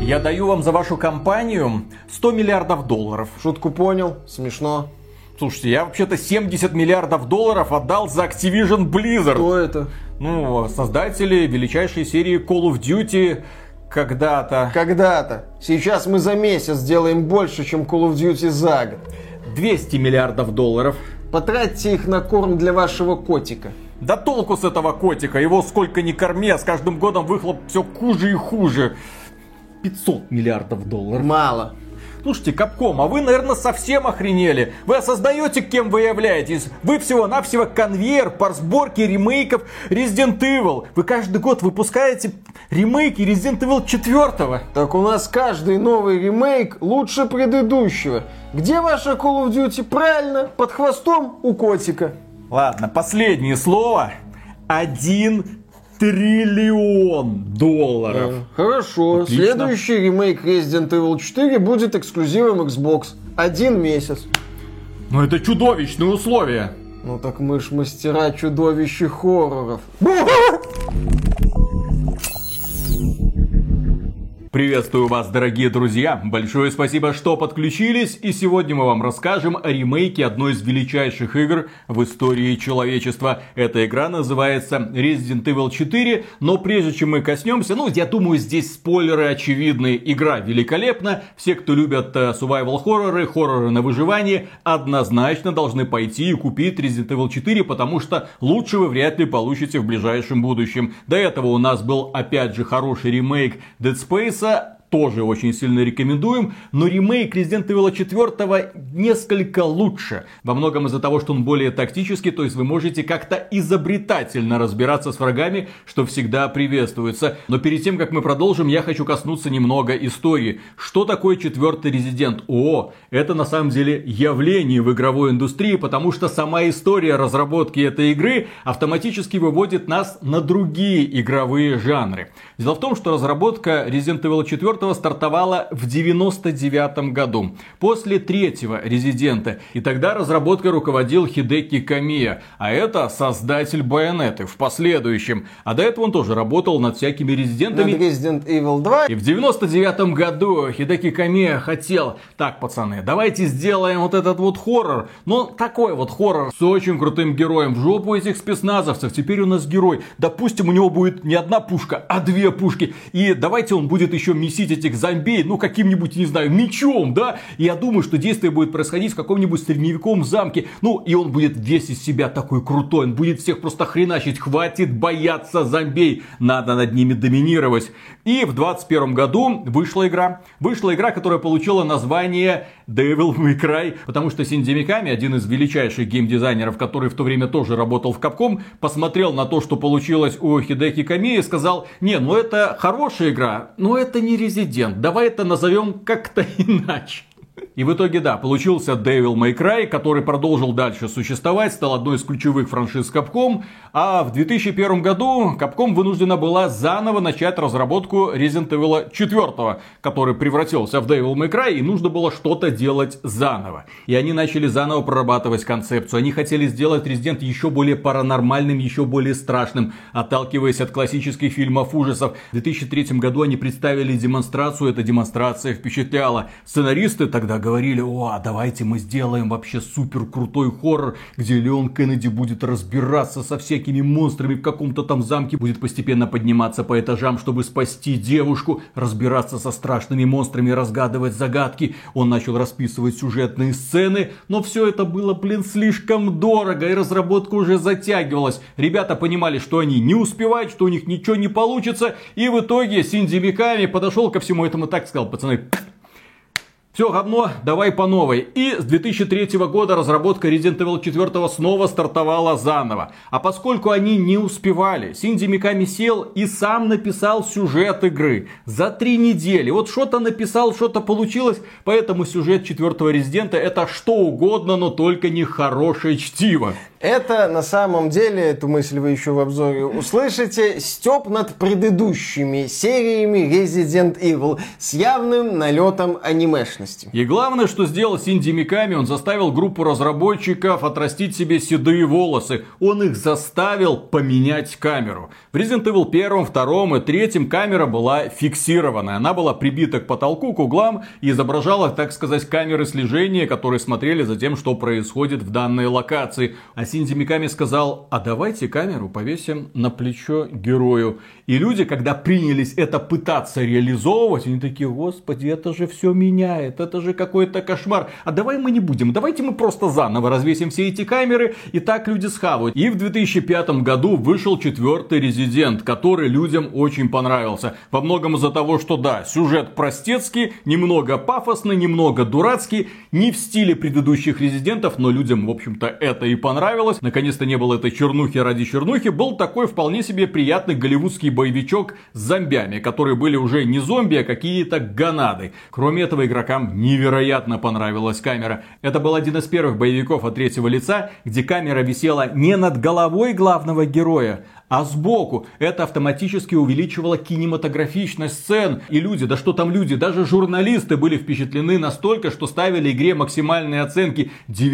Я даю вам за вашу компанию 100 миллиардов долларов. Шутку понял, смешно. Слушайте, я вообще-то 70 миллиардов долларов отдал за Activision Blizzard. Кто это? Ну, создатели величайшей серии Call of Duty когда-то. Когда-то. Сейчас мы за месяц сделаем больше, чем Call of Duty за год. 200 миллиардов долларов. Потратьте их на корм для вашего котика. Да толку с этого котика, его сколько ни корми, а с каждым годом выхлоп все хуже и хуже. 500 миллиардов долларов. Мало. Слушайте, Capcom, а вы, наверное, совсем охренели. Вы осознаете, кем вы являетесь? Вы всего-навсего конвейер по сборке ремейков Resident Evil. Вы каждый год выпускаете ремейки Resident Evil 4. Так у нас каждый новый ремейк лучше предыдущего. Где ваша Call of Duty? Правильно, под хвостом у котика. Ладно, последнее слово. 1 триллион долларов. Хорошо. Отлично. Следующий ремейк Resident Evil 4 будет эксклюзивом Xbox. 1 месяц. Ну это чудовищные условия. Ну так мы ж мастера чудовищ и хорроров. Приветствую вас, дорогие друзья! Большое спасибо, что подключились, и сегодня мы вам расскажем о ремейке одной из величайших игр в истории человечества. Эта игра называется Resident Evil 4, но прежде чем мы коснемся, я думаю, здесь спойлеры очевидны. Игра великолепна, все, кто любят survival хорроры, хорроры на выживание, однозначно должны пойти и купить Resident Evil 4, потому что лучше вы вряд ли получите в ближайшем будущем. До этого у нас был, опять же, хороший ремейк Dead Space, тоже очень сильно рекомендуем, но ремейк Resident Evil 4 несколько лучше. Во многом из-за того, что он более тактический, то есть вы можете как-то изобретательно разбираться с врагами, что всегда приветствуется. Но перед тем, как мы продолжим, я хочу коснуться немного истории. Что такое четвертый Resident? Это на самом деле явление в игровой индустрии, потому что сама история разработки этой игры автоматически выводит нас на другие игровые жанры. Дело в том, что разработка Resident Evil 4 стартовала в 99 году, после третьего Резидента. И тогда разработкой руководил Хидеки Камия, а это создатель Байонеты в последующем. А до этого он тоже работал над всякими Резидентами. Над Resident Evil 2. И в 99 году Хидеки Камия хотел: так, пацаны, давайте сделаем вот этот вот хоррор. Но такой вот хоррор с очень крутым героем. В жопу этих спецназовцев. Теперь у нас герой. Допустим, у него будет не одна пушка, а 2 пушки. И давайте он будет еще месить этих зомбей, каким-нибудь, не знаю, мечом, да? И я думаю, что действие будет происходить в каком-нибудь средневековом замке. И он будет весь из себя такой крутой, он будет всех просто хреначить. Хватит бояться зомбей, надо над ними доминировать. И в 21 году вышла игра, которая получила название Devil May Cry, потому что Синдзи Миками, один из величайших геймдизайнеров, который в то время тоже работал в Capcom, посмотрел на то, что получилось у Хидеки Камии, и сказал: это хорошая игра, но это не Resident, давай это назовем как-то иначе. И в итоге, да, получился Devil May Cry, который продолжил дальше существовать, стал одной из ключевых франшиз Capcom. А в 2001 году Capcom вынуждена была заново начать разработку Resident Evil 4, который превратился в Devil May Cry, и нужно было что-то делать заново. И они начали заново прорабатывать концепцию. Они хотели сделать Resident еще более паранормальным, еще более страшным, отталкиваясь от классических фильмов ужасов. В 2003 году они представили демонстрацию, эта демонстрация впечатляла. Сценаристы тогда говорили: давайте мы сделаем вообще супер крутой хоррор, где Леон Кеннеди будет разбираться со всякими монстрами в каком-то там замке, будет постепенно подниматься по этажам, чтобы спасти девушку, разбираться со страшными монстрами, разгадывать загадки. Он начал расписывать сюжетные сцены, но все это было, слишком дорого, и разработка уже затягивалась. Ребята понимали, что они не успевают, что у них ничего не получится, и в итоге Синдзи Миками подошел ко всему этому так, сказал: пацаны, все говно, давай по новой. И с 2003 года разработка Resident Evil 4 снова стартовала заново. А поскольку они не успевали, Синдзи Миками сел и сам написал сюжет игры за 3 недели. Вот что-то написал, что-то получилось. Поэтому сюжет 4-го Резидента — это что угодно, но только не хорошее чтиво. Это на самом деле, эту мысль вы еще в обзоре услышите, стёб над предыдущими сериями Resident Evil с явным налетом анимешности. возможности. И главное, что сделал Синдзи Миками, он заставил группу разработчиков отрастить себе седые волосы. Он их заставил поменять камеру. В Resident Evil 1, 2 и 3 камера была фиксированная. Она была прибита к потолку, к углам и изображала, так сказать, камеры слежения, которые смотрели за тем, что происходит в данной локации. А Синдзи Миками сказал: а давайте камеру повесим на плечо герою. И люди, когда принялись это пытаться реализовывать, они такие: господи, это же все меняет, это же какой-то кошмар. А давай мы не будем, давайте мы просто заново развесим все эти камеры, и так люди схавают. И в 2005 году вышел 4-й Резидент, который людям очень понравился. Во многом из-за того, что да, сюжет простецкий, немного пафосный, немного дурацкий, не в стиле предыдущих Резидентов, но людям, в общем-то, это и понравилось. Наконец-то не было этой чернухи ради чернухи, был такой вполне себе приятный голливудский боевичок с зомбями, которые были уже не зомби, а какие-то гонады. Кроме этого, игрокам невероятно понравилась камера. Это был один из первых боевиков от третьего лица, где камера висела не над головой главного героя, а сбоку. Это автоматически увеличивало кинематографичность сцен. И люди, да что там люди, даже журналисты были впечатлены настолько, что ставили игре максимальные оценки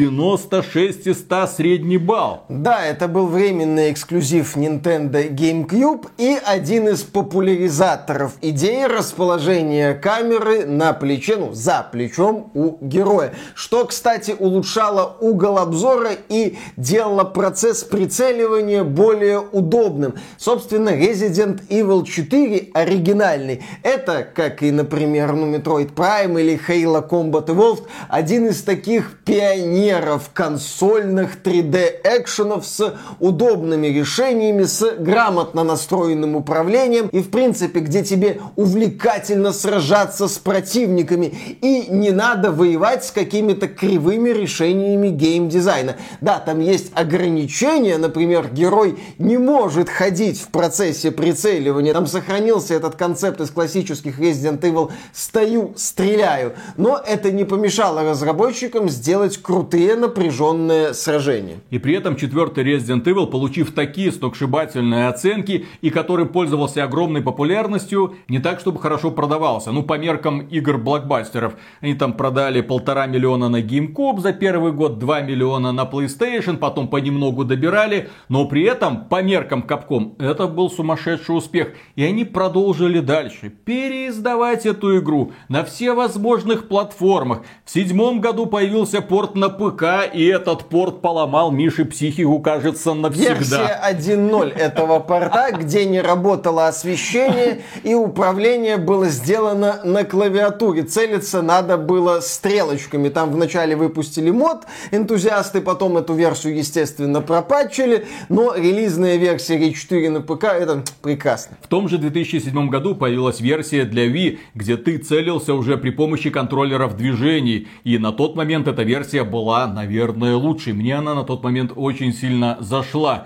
96 из 100 средний балл. Да, это был временный эксклюзив Nintendo GameCube и один из популяризаторов идеи расположения камеры на плече, за плечом у героя. Что, кстати, улучшало угол обзора и делало процесс прицеливания более удобным. Собственно, Resident Evil 4 оригинальный. Это, как и, например, Metroid Prime или Halo Combat Evolved, один из таких пионеров консольных 3D-экшенов с удобными решениями, с грамотно настроенным управлением и, в принципе, где тебе увлекательно сражаться с противниками и не надо воевать с какими-то кривыми решениями геймдизайна. Да, там есть ограничения, например, герой не может ходить в процессе прицеливания. Там сохранился этот концепт из классических Resident Evil «стою, стреляю». Но это не помешало разработчикам сделать крутые напряженные сражения. И при этом 4-й Resident Evil, получив такие сногсшибательные оценки и который пользовался огромной популярностью, не так, чтобы хорошо продавался. По меркам игр-блокбастеров. Они там продали 1,5 миллиона на GameCube за первый год, 2 миллиона на PlayStation, потом понемногу добирали. Но при этом, по меркам Capcom, это был сумасшедший успех. И они продолжили дальше переиздавать эту игру на все возможных платформах. В 2007 году появился порт на ПК, и этот порт поломал Мише психику, кажется, навсегда. Версия 1.0 этого порта, где не работало освещение, и управление было сделано на клавиатуре. Целиться надо было стрелочками. Там вначале выпустили мод энтузиасты, потом эту версию, естественно, пропатчили, но релизная версия Rage 4 на ПК — это прекрасно. В том же 2007 году появилась версия для Wii, где ты целился уже при помощи контроллеров движений. И на тот момент эта версия была, наверное, лучшей. Мне она на тот момент очень сильно зашла.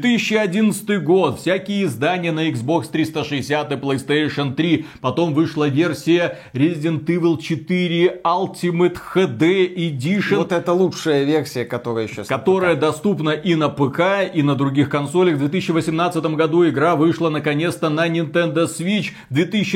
2011 год. Всякие издания на Xbox 360 и PlayStation 3. Потом вышла версия Resident Evil 4 Ultimate HD Edition. Вот это лучшая версия, которая сейчас которая доступна и на ПК, и на других консолях. В 2018 году игра вышла наконец-то на Nintendo Switch. В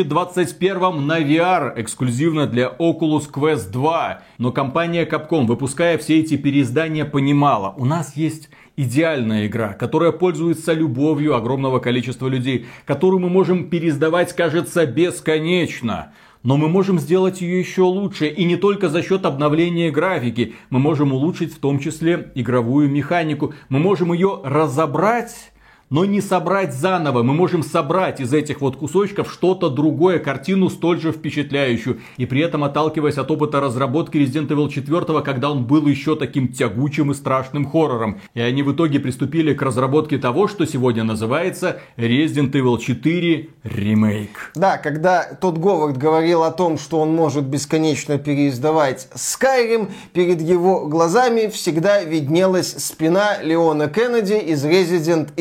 2021 на VR, эксклюзивно для Oculus Quest 2. Но компания Capcom, выпуская все эти переиздания, понимала: у нас есть идеальная игра, которая пользуется любовью огромного количества людей, которую мы можем переиздавать, кажется, бесконечно. Но мы можем сделать ее еще лучше. И не только за счет обновления графики. Мы можем улучшить в том числе игровую механику. Мы можем ее разобрать, но не собрать заново. Мы можем собрать из этих вот кусочков что-то другое, картину столь же впечатляющую. И при этом отталкиваясь от опыта разработки Resident Evil 4, когда он был еще таким тягучим и страшным хоррором. И они в итоге приступили к разработке того, что сегодня называется Resident Evil 4 Remake. Да, когда Тодд Говард говорил о том, что он может бесконечно переиздавать Skyrim, перед его глазами всегда виднелась спина Леона Кеннеди из Resident Evil 4.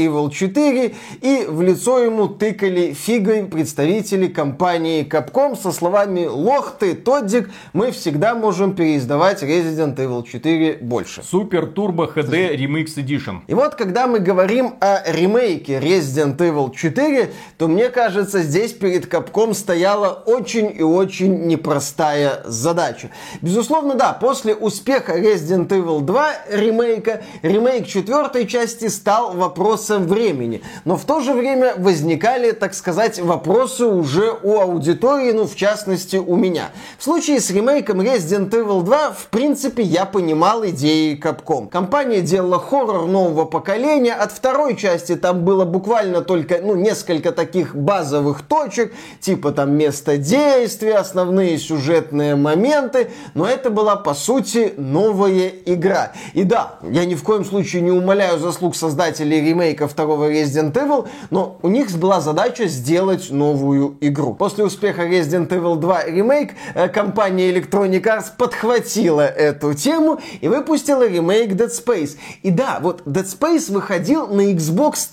4, и в лицо ему тыкали фигой представители компании Capcom со словами «Лох ты, Тоддик, мы всегда можем переиздавать Resident Evil 4 больше». Супер Турбо HD Remix Edition. И вот, когда мы говорим о ремейке Resident Evil 4, то мне кажется, здесь перед Capcom стояла очень и очень непростая задача. Безусловно, да, после успеха Resident Evil 2 ремейка, ремейк четвертой части стал вопросом времени. Но в то же время возникали, так сказать, вопросы уже у аудитории, ну, в частности, у меня. В случае с ремейком Resident Evil 2, в принципе, я понимал идеи Capcom. Компания делала хоррор нового поколения, от второй части там было буквально только, ну, несколько таких базовых точек, типа там место действия, основные сюжетные моменты, но это была, по сути, новая игра. И да, я ни в коем случае не умаляю заслуг создателей ремейка второго Resident Evil, но у них была задача сделать новую игру. После успеха Resident Evil 2 ремейк компания Electronic Arts подхватила эту тему и выпустила ремейк Dead Space. И да, вот Dead Space выходил на Xbox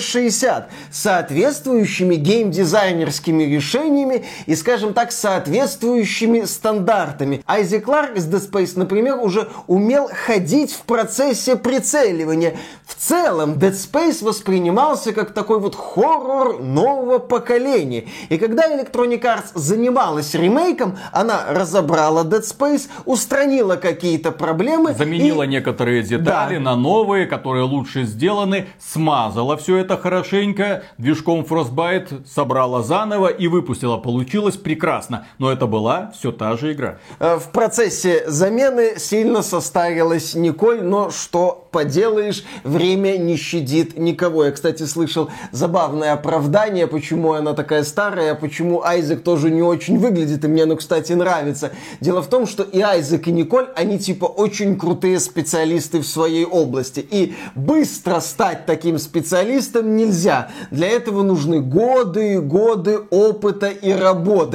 360 с соответствующими геймдизайнерскими решениями и, скажем так, соответствующими стандартами. Айзек Кларк из Dead Space, например, уже умел ходить в процессе прицеливания. В целом, Dead Space воспринимался как такой вот хоррор нового поколения. И когда Electronic Arts занималась ремейком, она разобрала Dead Space, устранила какие-то проблемы. Заменила некоторые детали на новые, которые лучше сделаны, смазала все это хорошенько, движком Frostbite собрала заново и выпустила. Получилось прекрасно. Но это была все та же игра. В процессе замены сильно состарилась Николь, но что поделаешь, время не щадит никого. Я, кстати, слышал забавное оправдание, почему она такая старая, а почему Айзек тоже не очень выглядит, и мне оно, кстати, нравится. Дело в том, что и Айзек, и Николь, они типа очень крутые специалисты в своей области. И быстро стать таким специалистом нельзя. Для этого нужны годы опыта и работы.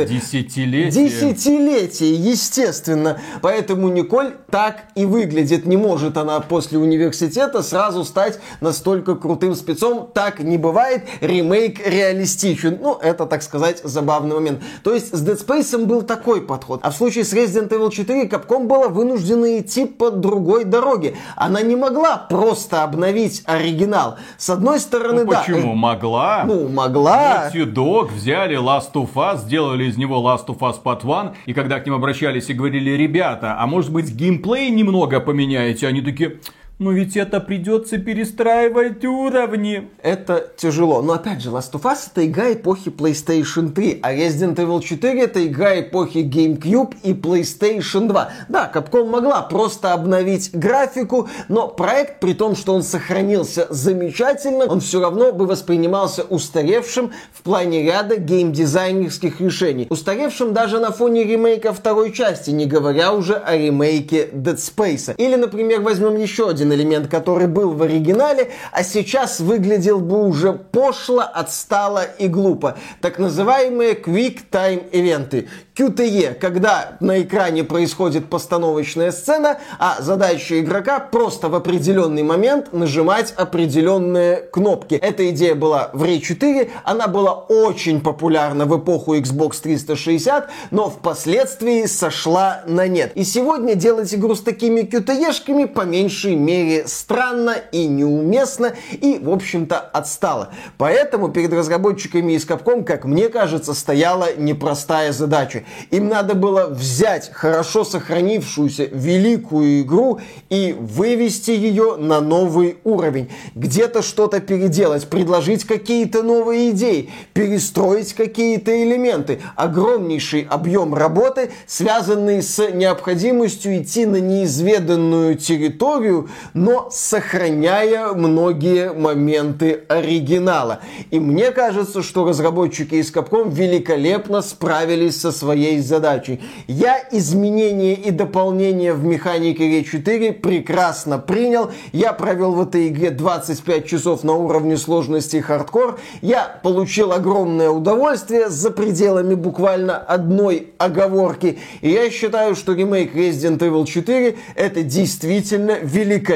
Десятилетия, естественно. Поэтому Николь так и выглядит. Не может она после университета сразу стать настолько крутым спецом. Так не бывает. Ремейк реалистичен. Ну, это, так сказать, забавный момент. То есть с Dead Space был такой подход. А в случае с Resident Evil 4 Capcom была вынуждена идти по другой дороге. Она не могла просто обновить оригинал. С одной стороны, да. Почему? Могла. Ну, могла. Naughty Dog взяли Last of Us, сделали из него Last of Us Part 1, и когда к ним обращались и говорили: ребята, а может быть геймплей немного поменяете? Они такие: но ведь это придется перестраивать уровни. Это тяжело. Но опять же, Last of Us это игра эпохи PlayStation 3, а Resident Evil 4 это игра эпохи GameCube и PlayStation 2. Да, Capcom могла просто обновить графику, но проект, при том, что он сохранился замечательно, он все равно бы воспринимался устаревшим в плане ряда геймдизайнерских решений. Устаревшим даже на фоне ремейка второй части, не говоря уже о ремейке Dead Space. Или, например, возьмем еще один элемент, который был в оригинале, а сейчас выглядел бы уже пошло, отстало и глупо. Так называемые Quick Time ивенты. QTE, когда на экране происходит постановочная сцена, а задача игрока просто в определенный момент нажимать определенные кнопки. Эта идея была в Rage 4, она была очень популярна в эпоху Xbox 360, но впоследствии сошла на нет. И сегодня делать игру с такими QTE-шками по меньшей мере странно и неуместно, и, в общем-то, отстало. Поэтому перед разработчиками из Capcom, как мне кажется, стояла непростая задача. Им надо было взять хорошо сохранившуюся великую игру и вывести ее на новый уровень. Где-то что-то переделать, предложить какие-то новые идеи, перестроить какие-то элементы. Огромнейший объем работы, связанный с необходимостью идти на неизведанную территорию, но сохраняя многие моменты оригинала. И мне кажется, что разработчики из Capcom великолепно справились со своей задачей. Я изменения и дополнения в механике Rage 4 прекрасно принял. Я провел в этой игре 25 часов на уровне сложности хардкор. Я получил огромное удовольствие за пределами буквально одной оговорки. И я считаю, что ремейк Resident Evil 4 это действительно великолепно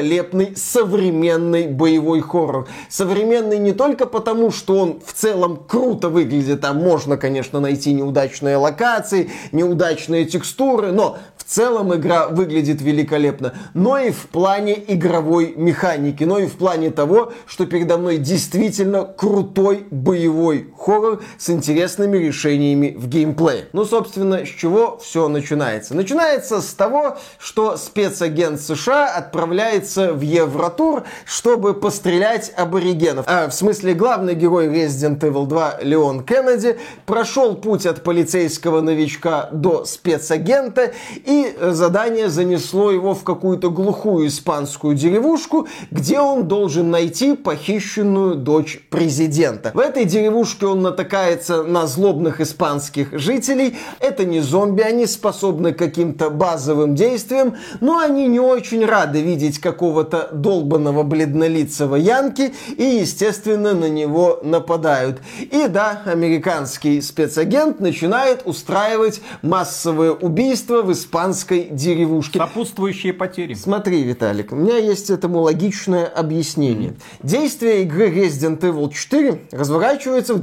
великолепный современный боевой хоррор. Современный не только потому, что он в целом круто выглядит, там можно, конечно, найти неудачные локации, неудачные текстуры, но в целом игра выглядит великолепно, но и в плане игровой механики, но и в плане того, что передо мной действительно крутой боевой хоррор с интересными решениями в геймплее. Ну, собственно, с чего все начинается? Начинается с того, что спецагент США отправляется в Евротур, чтобы пострелять аборигенов. В смысле, главный герой Resident Evil 2 Леон Кеннеди прошел путь от полицейского новичка до спецагента, и задание занесло его в какую-то глухую испанскую деревушку, где он должен найти похищенную дочь президента. В этой деревушке он натыкается на злобных испанских жителей. Это не зомби, они способны к каким-то базовым действиям, но они не очень рады видеть какого-то долбанного бледнолицего янки и, естественно, на него нападают. И да, американский спецагент начинает устраивать массовые убийства в испанской деревушке. Сопутствующие потери. Смотри, Виталик, у меня есть этому логичное объяснение. Действие игры Resident Evil 4 разворачивается в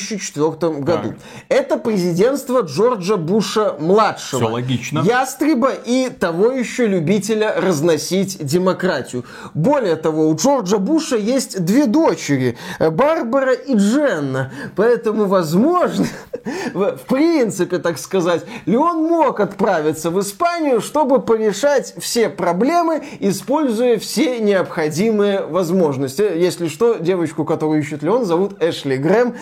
2004 году. Это президентство Джорджа Буша-младшего. Все логично. Ястреба и того еще любителя разносить демократию. Более того, у Джорджа Буша есть две дочери, Барбара и Дженна. Поэтому, возможно, в принципе, так сказать, Леон мог отправиться в Испанию, чтобы порешать все проблемы, используя все необходимые возможности. Если что, девочку, которую ищет Леон, зовут Эшли Грэм.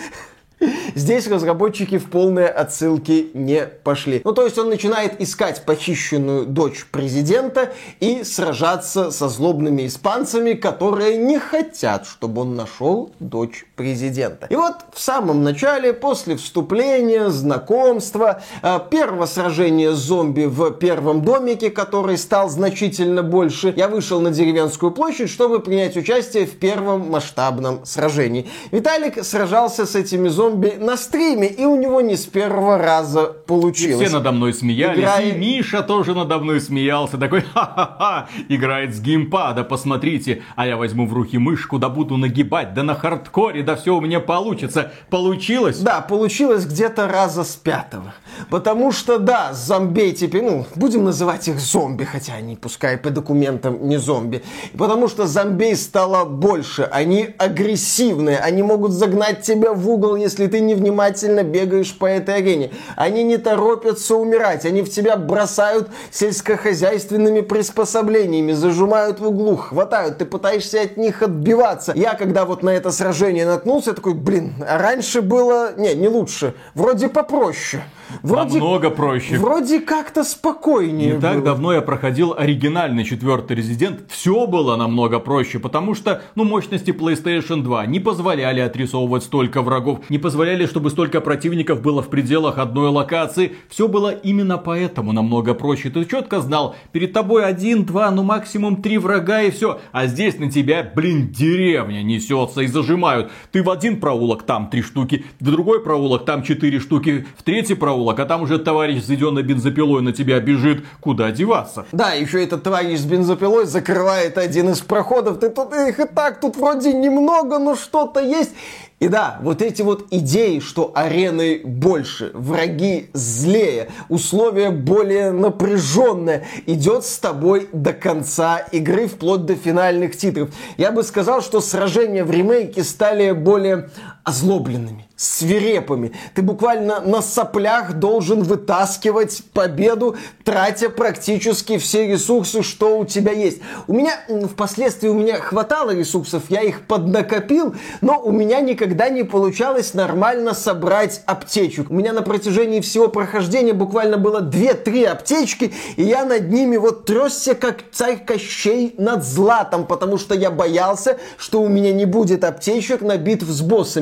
Здесь разработчики в полные отсылки не пошли. Ну, то есть он начинает искать похищенную дочь президента и сражаться со злобными испанцами, которые не хотят, чтобы он нашел дочь президента. И вот в самом начале, после вступления, знакомства, первого сражения с зомби в первом домике, который стал значительно больше, я вышел на деревенскую площадь, чтобы принять участие в первом масштабном сражении. Виталик сражался с этими зомби на стриме, и у него не с первого раза получилось. И все надо мной смеялись, и Миша тоже надо мной смеялся, такой, ха-ха-ха, играет с геймпада, посмотрите, а я возьму в руки мышку, да буду нагибать, да на хардкоре, да все у меня получится. Получилось? Да, получилось где-то раза с пятого. Потому что, да, зомби теперь, будем называть их зомби, хотя они, пускай по документам, не зомби. Потому что зомби стало больше, они агрессивные, они могут загнать тебя в угол, если ты невнимательно бегаешь по этой арене. Они не торопятся умирать, они в тебя бросают сельскохозяйственными приспособлениями, зажимают в углу, хватают, ты пытаешься от них отбиваться. Я, когда вот на это сражение наткнулся, я такой, а раньше было, не лучше, вроде попроще. Намного проще. Вроде как-то спокойнее. Не так давно я проходил оригинальный 4-й Resident. Все было намного проще, потому что, мощности PlayStation 2 не позволяли отрисовывать столько врагов, не позволяли, чтобы столько противников было в пределах одной локации. Все было именно поэтому намного проще. Ты четко знал, перед тобой 1, 2, максимум 3 врага и все. А здесь на тебя, деревня несется и зажимают. Ты в один проулок, там 3 штуки, в другой проулок, там 4 штуки, в третий проулок, а там уже товарищ с заведенной бензопилой на тебя бежит. Куда деваться? Да, еще этот товарищ с бензопилой закрывает один из проходов. Ты тут их и так, тут вроде немного, но что-то есть. И да, вот эти вот идеи, что арены больше, враги злее, условия более напряженные, идет с тобой до конца игры, вплоть до финальных титров. Я бы сказал, что сражения в ремейке стали более озлобленными, свирепыми. Ты буквально на соплях должен вытаскивать победу, тратя практически все ресурсы, что у тебя есть. Впоследствии у меня хватало ресурсов, я их поднакопил, но у меня никогда не получалось нормально собрать аптечек. У меня на протяжении всего прохождения буквально было 2-3 аптечки, и я над ними трёсся, как царь Кощей над златом, потому что я боялся, что у меня не будет аптечек на битв с боссами.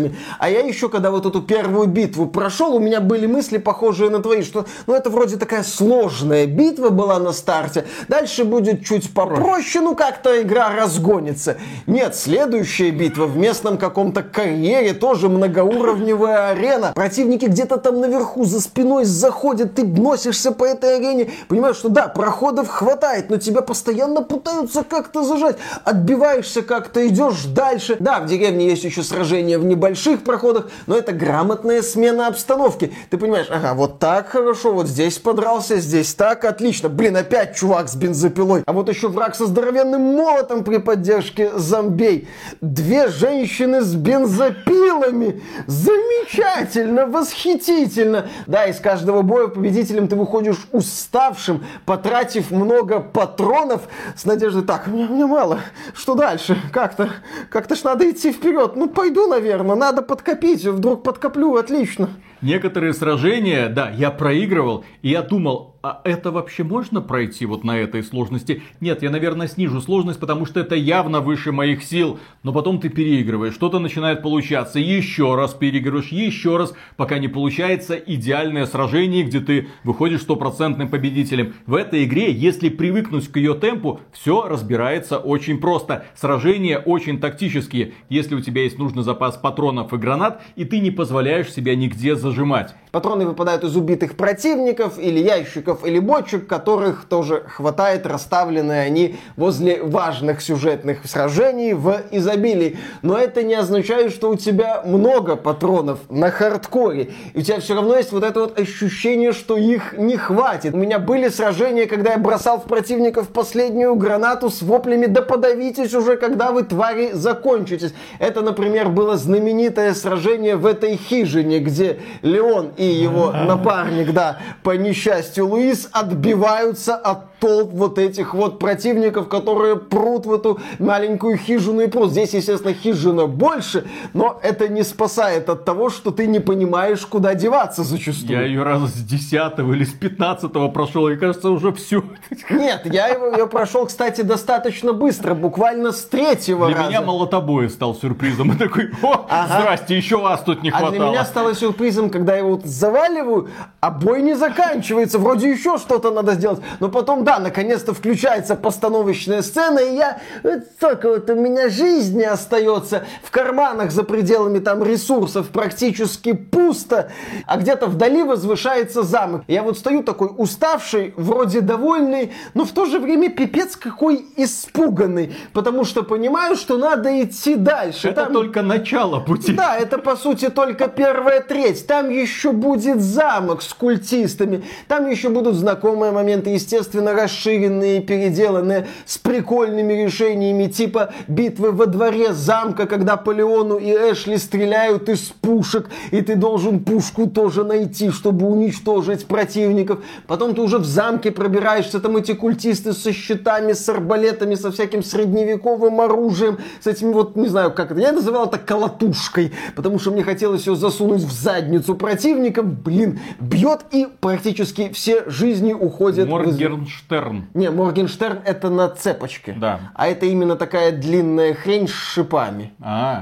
культистами. А я еще, когда вот эту первую битву прошел, у меня были мысли, похожие на твои, что, ну, это вроде такая сложная битва была на старте, дальше будет чуть попроще, ну, как-то игра разгонится. Нет, следующая битва в местном каком-то карьере, тоже многоуровневая арена. Противники где-то там наверху за спиной заходят, ты носишься по этой арене, понимаешь, что да, проходов хватает, но тебя постоянно пытаются как-то зажать. Отбиваешься как-то, идешь дальше. Да, в деревне есть еще сражения в небольших проходах, но это грамотная смена обстановки. Ты понимаешь, ага, вот так хорошо, вот здесь подрался, здесь так, отлично. Блин, опять чувак с бензопилой. А вот еще враг со здоровенным молотом при поддержке зомбей. 2 женщины с бензопилами. Замечательно, восхитительно. Да, из каждого боя победителем ты выходишь уставшим, потратив много патронов с надеждой, так, мне мало, что дальше? Как-то ж надо идти вперед. Ну, пойду, наверное, надо подкопить, вдруг подкоплю, отлично. Некоторые сражения, да, я проигрывал, и я думал, а это вообще можно пройти вот на этой сложности? Нет, я, наверное, снижу сложность, потому что это явно выше моих сил. Но потом ты переигрываешь, что-то начинает получаться, еще раз переигрываешь, еще раз, пока не получается идеальное сражение, где ты выходишь стопроцентным победителем. В этой игре, если привыкнуть к ее темпу, все разбирается очень просто. Сражения очень тактические, если у тебя есть нужный запас патронов и гранат, и ты не позволяешь себя нигде зажимать. Патроны выпадают из убитых противников, или ящиков, или бочек, которых тоже хватает, расставлены они возле важных сюжетных сражений в изобилии. Но это не означает, что у тебя много патронов на хардкоре. И у тебя все равно есть вот это вот ощущение, что их не хватит. У меня были сражения, когда я бросал в противников последнюю гранату с воплями «Да подавитесь уже, когда вы, твари, закончитесь». Это, например, было знаменитое сражение в этой хижине, где Леон и его напарник, да, по несчастью Луис, отбиваются от толп вот этих вот противников, которые прут в эту маленькую хижину и прут. Здесь, естественно, хижина больше, но это не спасает от того, что ты не понимаешь, куда деваться зачастую. Я ее раз с 10-го или с 15-го прошел, и кажется, уже все. Нет, я ее прошел, кстати, достаточно быстро, буквально с 3-го раза. Для меня молотобой стал сюрпризом. И такой, здрасте, еще вас тут не хватало. А для меня стало сюрпризом, когда я его вот заваливаю, а бой не заканчивается, вроде еще что-то надо сделать, но потом, да, наконец-то включается постановочная сцена, и я, только вот у меня жизни остается, в карманах за пределами там ресурсов практически пусто, а где-то вдали возвышается замок. Я вот стою такой уставший, вроде довольный, но в то же время пипец какой испуганный, потому что понимаю, что надо идти дальше. Это там только начало пути. Да, это по сути только первая треть. Там еще будет замок с культистами, там еще будут знакомые моменты, естественно, расширенные, переделанные, с прикольными решениями, типа битвы во дворе замка, когда по Леону и Эшли стреляют из пушек, и ты должен пушку тоже найти, чтобы уничтожить противников. Потом ты уже в замке пробираешься, там эти культисты со щитами, с арбалетами, со всяким средневековым оружием, с этими вот, не знаю, как это, я называл это колотушкой, потому что мне хотелось ее засунуть в задницу противника, блин, бьет, и практически все жизни уходят. Моргенштерн. Не, Моргенштерн это на цепочке. Да. А это именно такая длинная хрень с шипами.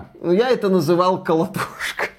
Я это называл колотушкой.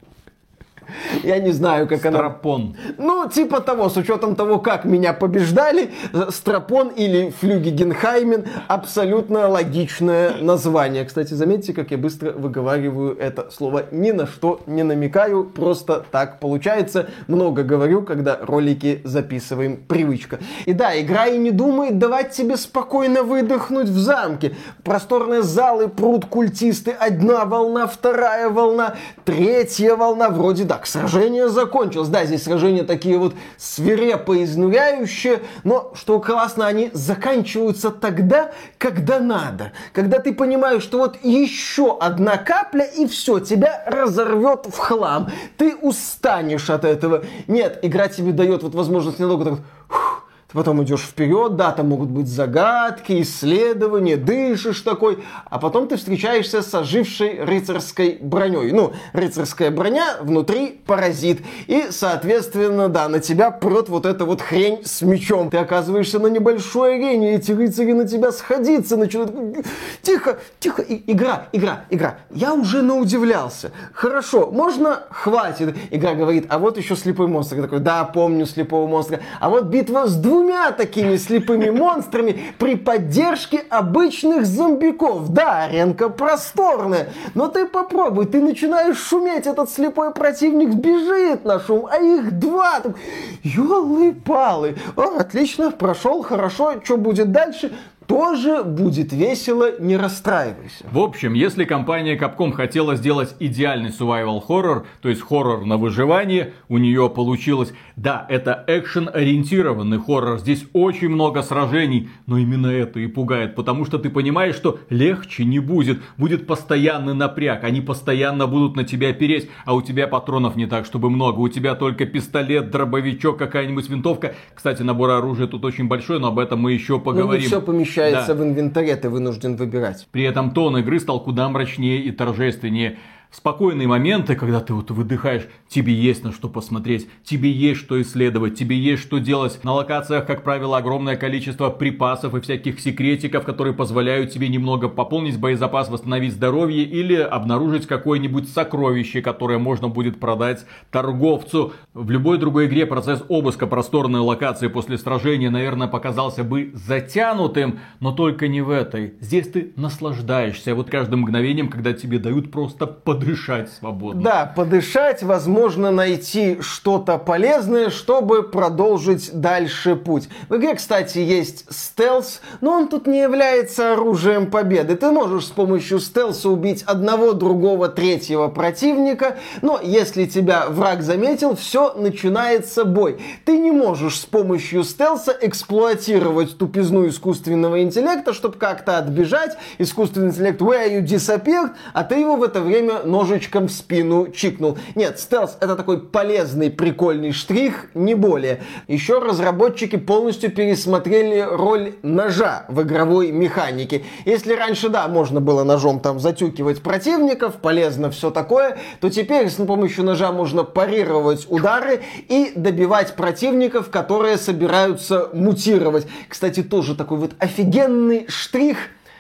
Я не знаю, как Страпон. Ну, типа того, с учетом того, как меня побеждали, Страпон или Флюгегенхаймен абсолютно логичное название. Кстати, заметьте, как я быстро выговариваю это слово. Ни на что не намекаю, просто так получается. Много говорю, когда ролики записываем. Привычка. И да, игра и не думает давать тебе спокойно выдохнуть в замке. Просторные залы, прут культисты, одна волна, вторая волна, третья волна. Вроде да, сражение закончилось. Да, здесь сражения такие вот свирепо изнуряющие, но, что классно, они заканчиваются тогда, когда надо. Когда ты понимаешь, что вот еще одна капля, и все, тебя разорвет в хлам. Ты устанешь от этого. Нет, игра тебе дает вот возможность немного так Ты потом идешь вперед, да, там могут быть загадки, исследования, дышишь такой, а потом ты встречаешься с ожившей рыцарской броней. Ну, рыцарская броня, внутри паразит. И, соответственно, да, на тебя прет вот эта вот хрень с мечом. Ты оказываешься на небольшой арене, эти рыцари на тебя сходиться начинают. Тихо, тихо, игра. Я уже наудивлялся. Хорошо, можно? Хватит. Игра говорит, а вот еще слепой монстр. Я такой, да, помню слепого монстра. А вот битва с двумя такими слепыми монстрами при поддержке обычных зомбиков. Да, аренка просторная, но ты попробуй, ты начинаешь шуметь, этот слепой противник бежит на шум, а их два. Ёлы-палы. Отлично, прошел, хорошо, что будет дальше? Тоже будет весело, не расстраивайся. В общем, если компания Capcom хотела сделать идеальный survival horror, то есть хоррор на выживание, у нее получилось. Да, это экшен-ориентированный хоррор, здесь очень много сражений, но именно это и пугает, потому что ты понимаешь, что легче не будет. Будет постоянный напряг, они постоянно будут на тебя переть, а у тебя патронов не так, чтобы много. У тебя только пистолет, дробовичок, какая-нибудь винтовка. Кстати, набор оружия тут очень большой, но об этом мы еще поговорим. Ну, все помещается в инвентаре, ты вынужден выбирать. При этом тон игры стал куда мрачнее и торжественнее. Спокойные моменты, когда ты вот выдыхаешь, тебе есть на что посмотреть, тебе есть что исследовать, тебе есть что делать. На локациях, как правило, огромное количество припасов и всяких секретиков, которые позволяют тебе немного пополнить боезапас, восстановить здоровье или обнаружить какое-нибудь сокровище, которое можно будет продать торговцу. В любой другой игре процесс обыска просторной локации после сражения, наверное, показался бы затянутым, но только не в этой. Здесь ты наслаждаешься вот каждым мгновением, когда тебе дают просто подышать свободно. Да, подышать, возможно, найти что-то полезное, чтобы продолжить дальше путь. В игре, кстати, есть стелс, но он тут не является оружием победы. Ты можешь с помощью стелса убить одного, другого, третьего противника, но если тебя враг заметил, все, начинается бой. Ты не можешь с помощью стелса эксплуатировать тупизну искусственного интеллекта, чтобы как-то отбежать. Искусственный интеллект where you disappeared, а ты его в это время ножичком в спину чикнул. Нет, стелс это такой полезный, прикольный штрих, не более. Еще разработчики полностью пересмотрели роль ножа в игровой механике. Если раньше, да, можно было ножом там затюкивать противников, полезно все такое, то теперь с помощью ножа можно парировать удары и добивать противников, которые собираются мутировать. Кстати, тоже такой вот офигенный штрих.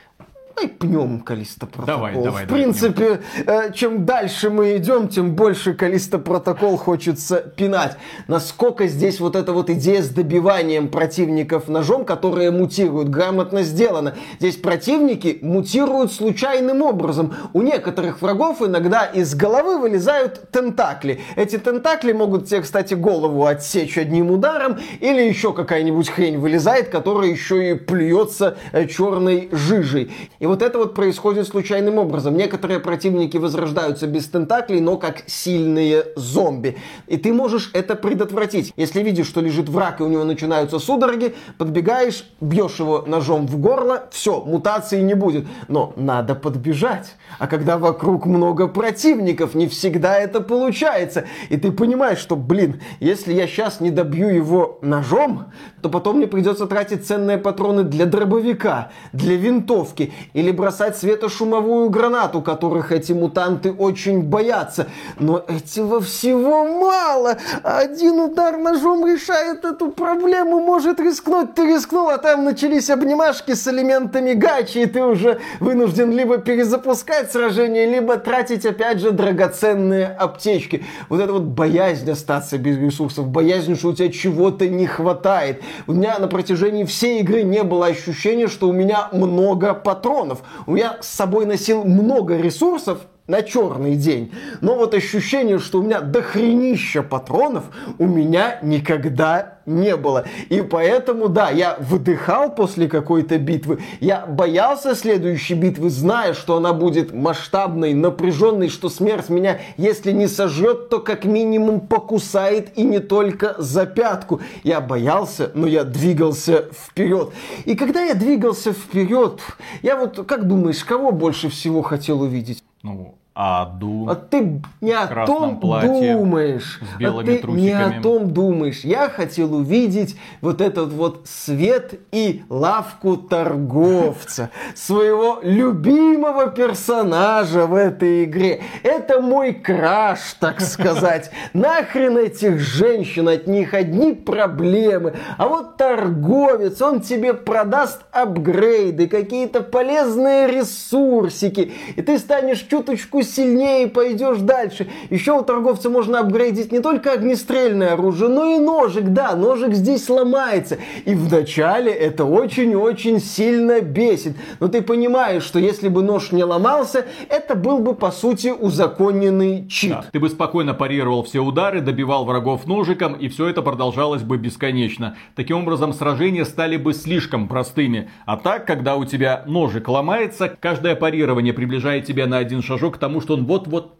Пнем Callisto Protocol. Давай, в принципе, чем дальше мы идем, тем больше Callisto Protocol хочется пинать. Насколько здесь вот эта вот идея с добиванием противников ножом, которые мутируют, грамотно сделана. Здесь противники мутируют случайным образом. У некоторых врагов иногда из головы вылезают тентакли. Эти тентакли могут тебе, кстати, голову отсечь одним ударом, или еще какая-нибудь хрень вылезает, которая еще и плюется черной жижей. И вот это вот происходит случайным образом. Некоторые противники возрождаются без тентаклей, но как сильные зомби. И ты можешь это предотвратить. Если видишь, что лежит враг и у него начинаются судороги, подбегаешь, бьешь его ножом в горло, все, мутации не будет. Но надо подбежать. А когда вокруг много противников, не всегда это получается. И ты понимаешь, что, если я сейчас не добью его ножом, то потом мне придется тратить ценные патроны для дробовика, для винтовки, или бросать светошумовую гранату, которых эти мутанты очень боятся. Но этого всего мало. Один удар ножом решает эту проблему, может рискнуть. Ты рискнул, а там начались обнимашки с элементами гачи, и ты уже вынужден либо перезапускать сражение, либо тратить, опять же, драгоценные аптечки. Вот это вот боязнь остаться без ресурсов, боязнь, что у тебя чего-то не хватает. У меня на протяжении всей игры не было ощущения, что у меня много патронов. Я с собой носил много ресурсов на черный день. Но вот ощущение, что у меня дохренища патронов, у меня никогда не было. И поэтому, да, я выдыхал после какой-то битвы. Я боялся следующей битвы, зная, что она будет масштабной, напряженной, что смерть меня, если не сожрет, то как минимум покусает, и не только за пятку. Я боялся, но я двигался вперед. И когда я двигался вперед, я вот, как думаешь, кого больше всего хотел увидеть? Аду. А ты не о том думаешь. С белыми трусиками. Не о том думаешь. Я хотел увидеть вот этот вот свет и лавку торговца. Своего любимого персонажа в этой игре. Это мой краш, так сказать. Нахрен этих женщин, от них одни проблемы. А вот торговец, он тебе продаст апгрейды, какие-то полезные ресурсики. И ты станешь чуточку сильнее и пойдешь дальше. Еще у торговца можно апгрейдить не только огнестрельное оружие, но и ножик. Да, ножик здесь ломается. И вначале это очень-очень сильно бесит. Но ты понимаешь, что если бы нож не ломался, это был бы, по сути, узаконенный чит. Да, ты бы спокойно парировал все удары, добивал врагов ножиком, и все это продолжалось бы бесконечно. Таким образом, сражения стали бы слишком простыми. А так, когда у тебя ножик ломается, каждое парирование приближает тебя на один шажок к тому, что он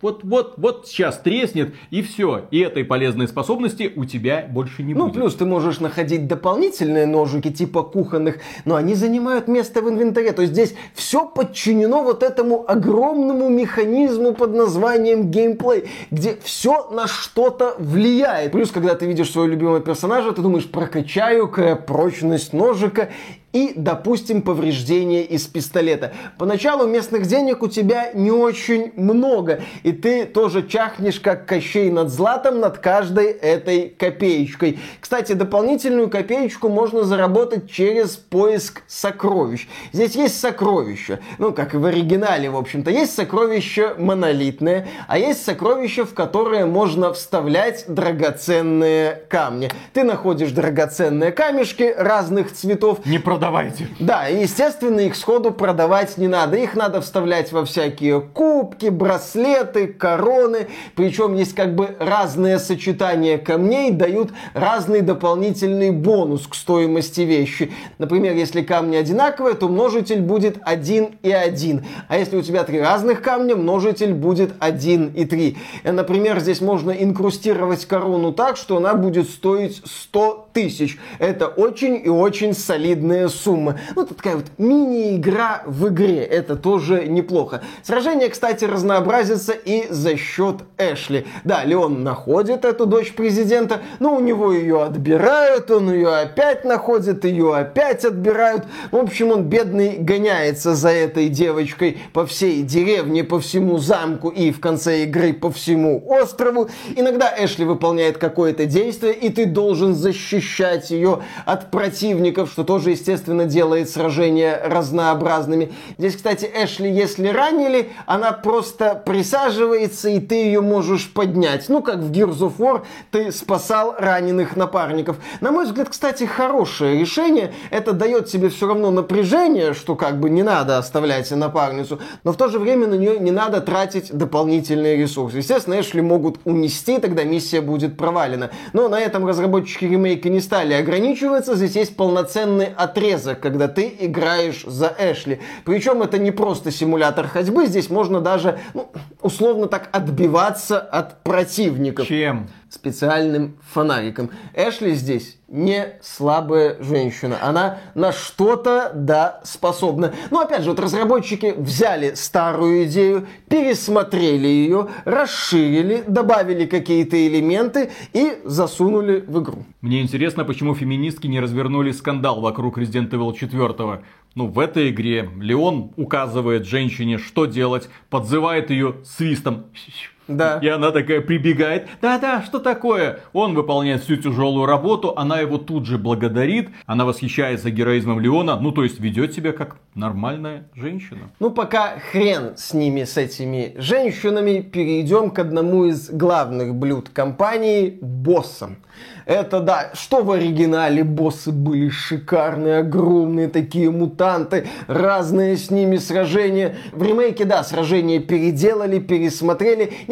вот сейчас треснет, и все. И этой полезной способности у тебя больше не будет. Ну, плюс ты можешь находить дополнительные ножики, типа кухонных, но они занимают место в инвентаре. То есть здесь все подчинено вот этому огромному механизму под названием геймплей, где все на что-то влияет. Плюс, когда ты видишь своего любимого персонажа, ты думаешь, прокачаю-ка прочность ножика и, допустим, повреждения из пистолета. Поначалу местных денег у тебя не очень много, и ты тоже чахнешь, как Кощей над златом, над каждой этой копеечкой. Кстати, дополнительную копеечку можно заработать через поиск сокровищ. Здесь есть сокровища, ну, как и в оригинале, в общем-то. Есть сокровища монолитные, а есть сокровища, в которые можно вставлять драгоценные камни. Ты находишь драгоценные камешки разных цветов. Не продавайте. Да, и, естественно, их сходу продавать не надо. Их надо вставлять во всякие кубки, браслеты, короны. Причем есть как бы разные сочетания камней, дают разный дополнительный бонус к стоимости вещи. Например, если камни одинаковые, то множитель будет 1 и 1. А если у тебя 3 разных камня, множитель будет 1 и 3. Например, здесь можно инкрустировать корону так, что она будет стоить 100 тысяч. Это очень и очень солидная сумма. Ну, это такая вот мини-игра в игре. Это тоже неплохо. Сражение, кстати, разнообразится и за счет Эшли. Да, Леон находит эту дочь президента, но у него ее отбирают, он ее опять находит, ее опять отбирают. В общем, он, бедный, гоняется за этой девочкой по всей деревне, по всему замку и в конце игры по всему острову. Иногда Эшли выполняет какое-то действие, и ты должен защищать ее от противников, что тоже, естественно, делает сражения разнообразными. Здесь, кстати, Эшли, если ранили, она просто присаживается, и ты ее можешь поднять. Ну, как в Gears of War ты спасал раненых напарников. На мой взгляд, кстати, хорошее решение. Это дает тебе все равно напряжение, что как бы не надо оставлять напарницу, но в то же время на нее не надо тратить дополнительные ресурсы. Естественно, Эшли могут унести, тогда миссия будет провалена. Но на этом разработчики ремейка не стали ограничиваться. Здесь есть полноценный отрезок, когда ты играешь за Эшли. Причем это не просто симулятор ходьбы, здесь можно даже, ну, условно так, отбиваться от противников. Чем? Специальным фонариком. Эшли здесь не слабая женщина. Она на что-то, да, способна. Но опять же, вот разработчики взяли старую идею, пересмотрели ее, расширили, добавили какие-то элементы и засунули в игру. Мне интересно, почему феминистки не развернули скандал вокруг Resident Evil 4. Ну, в этой игре Леон указывает женщине, что делать, подзывает ее свистом. Да. И она такая прибегает. Да-да, что такое? Он выполняет всю тяжелую работу, она его тут же благодарит, она восхищается героизмом Леона, ну, то есть ведет себя как нормальная женщина. Ну, пока хрен с ними, с этими женщинами, перейдем к одному из главных блюд компании – боссам. Это, да, что в оригинале боссы были шикарные, огромные такие мутанты, разные с ними сражения. В ремейке, да, сражения переделали, пересмотрели. Некоторые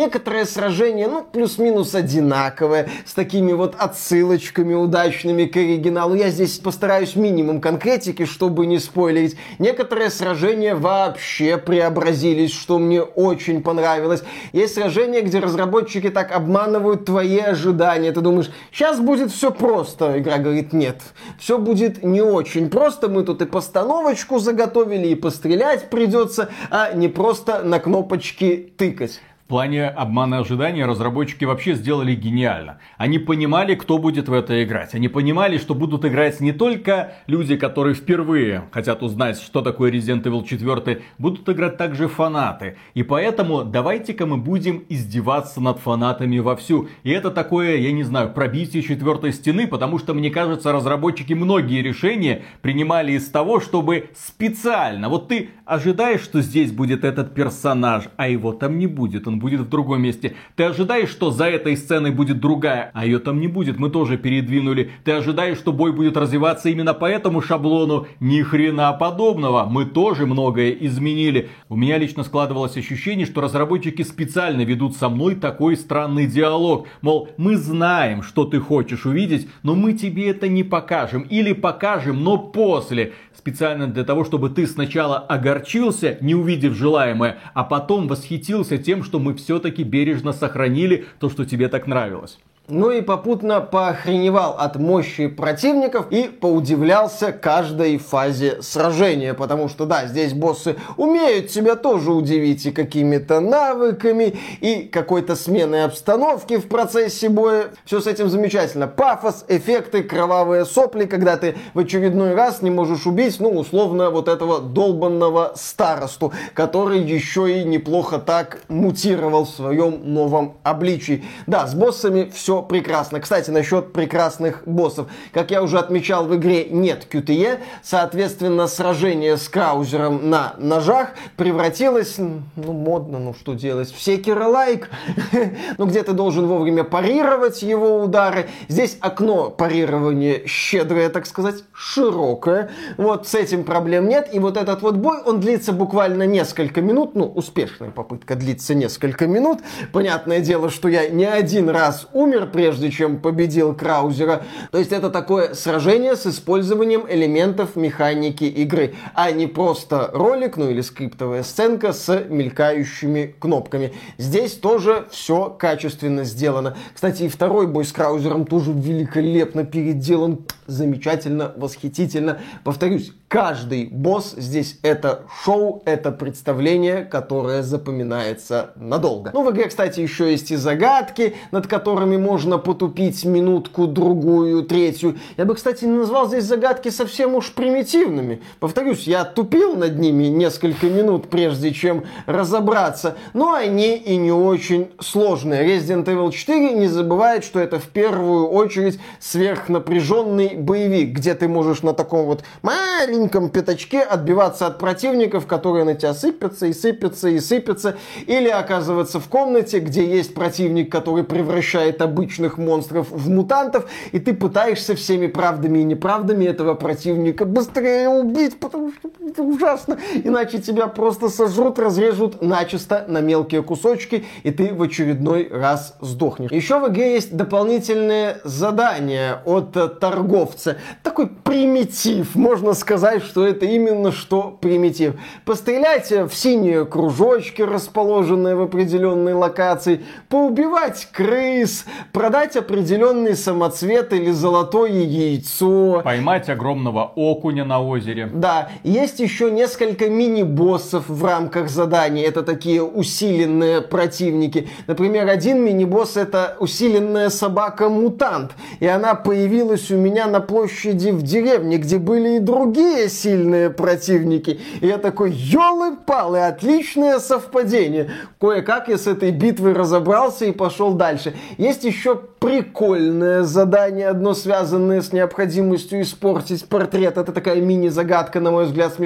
Некоторые сражения, ну, плюс-минус одинаковые, с такими вот отсылочками удачными к оригиналу. Я здесь постараюсь минимум конкретики, чтобы не спойлерить. Некоторые сражения вообще преобразились, что мне очень понравилось. Есть сражения, где разработчики так обманывают твои ожидания. Ты думаешь, сейчас будет все просто. Игра говорит, нет, все будет не очень просто. Мы тут и постановочку заготовили, и пострелять придется, а не просто на кнопочки тыкать. В плане обмана ожиданий разработчики вообще сделали гениально. Они понимали, кто будет в это играть. Они понимали, что будут играть не только люди, которые впервые хотят узнать, что такое Resident Evil 4, будут играть также фанаты. И поэтому давайте-ка мы будем издеваться над фанатами вовсю. И это такое, я не знаю, пробитие четвертой стены, потому что, мне кажется, разработчики многие решения принимали из того, чтобы специально. Вот ты ожидаешь, что здесь будет этот персонаж, а его там не будет, он будет в другом месте. Ты ожидаешь, что за этой сценой будет другая, а ее там не будет, мы тоже передвинули. Ты ожидаешь, что бой будет развиваться именно по этому шаблону, ни хрена подобного, мы тоже многое изменили. У меня лично складывалось ощущение, что разработчики специально ведут со мной такой странный диалог. Мол, мы знаем, что ты хочешь увидеть, но мы тебе это не покажем. Или покажем, но после. Специально для того, чтобы ты сначала огорчился, не увидев желаемое, а потом восхитился тем, что мы все-таки бережно сохранили то, что тебе так нравилось. Ну и попутно поохреневал от мощи противников и поудивлялся каждой фазе сражения. Потому что, да, здесь боссы умеют тебя тоже удивить и какими-то навыками, и какой-то сменой обстановки в процессе боя. Все с этим замечательно. Пафос, эффекты, кровавые сопли, когда ты в очередной раз не можешь убить, ну, условно, вот этого долбанного старосту, который еще и неплохо так мутировал в своем новом обличии. Да, с боссами все прекрасно. Кстати, насчет прекрасных боссов. Как я уже отмечал, в игре нет QTE, соответственно, сражение с Краузером на ножах превратилось, ну, модно, ну, что делать, в секера-лайк, ну, где ты должен вовремя парировать его удары. Здесь окно парирования щедрое, так сказать, широкое. Вот с этим проблем нет. И вот этот вот бой, он длится буквально несколько минут. Ну, успешная попытка длится несколько минут. Понятное дело, что я не один раз умер, прежде чем победил Краузера. То есть это такое сражение с использованием элементов механики игры, а не просто ролик, ну или скриптовая сценка с мелькающими кнопками. Здесь тоже все качественно сделано. Кстати, и второй бой с Краузером тоже великолепно переделан, замечательно, восхитительно. Повторюсь, каждый босс здесь это шоу, это представление, которое запоминается надолго. Ну, в игре, кстати, еще есть и загадки, над которыми можно потупить минутку, другую, третью. Я бы, кстати, не назвал здесь загадки совсем уж примитивными. Повторюсь, я тупил над ними несколько минут, прежде чем разобраться, но они и не очень сложные. Resident Evil 4 не забывает, что это в первую очередь сверхнапряженный боевик, где ты можешь на таком вот маленьком пятачке отбиваться от противников, которые на тебя сыпятся и сыпятся и сыпятся, или оказываться в комнате, где есть противник, который превращает обычных монстров в мутантов, и ты пытаешься всеми правдами и неправдами этого противника быстрее убить, потому что это ужасно, иначе тебя просто сожрут, разрежут начисто на мелкие кусочки, и ты в очередной раз сдохнешь. Еще в игре есть дополнительные задания от торговца. Такой примитив, можно сказать, что это именно что примитив. Пострелять в синие кружочки, расположенные в определенной локации, поубивать крыс, продать определенный самоцвет или золотое яйцо. Поймать огромного окуня на озере. Да, есть еще несколько мини-боссов в рамках заданий. Это такие усиленные противники. Например, один мини-босс — это усиленная собака-мутант. И она появилась у меня на площади в деревне, где были и другие сильные противники. И я такой, ёлы-палы, отличное совпадение. Кое-как я с этой битвой разобрался и пошел дальше. Есть еще прикольное задание, одно связанное с необходимостью испортить портрет. Это такая мини-загадка, на мой взгляд, смешная.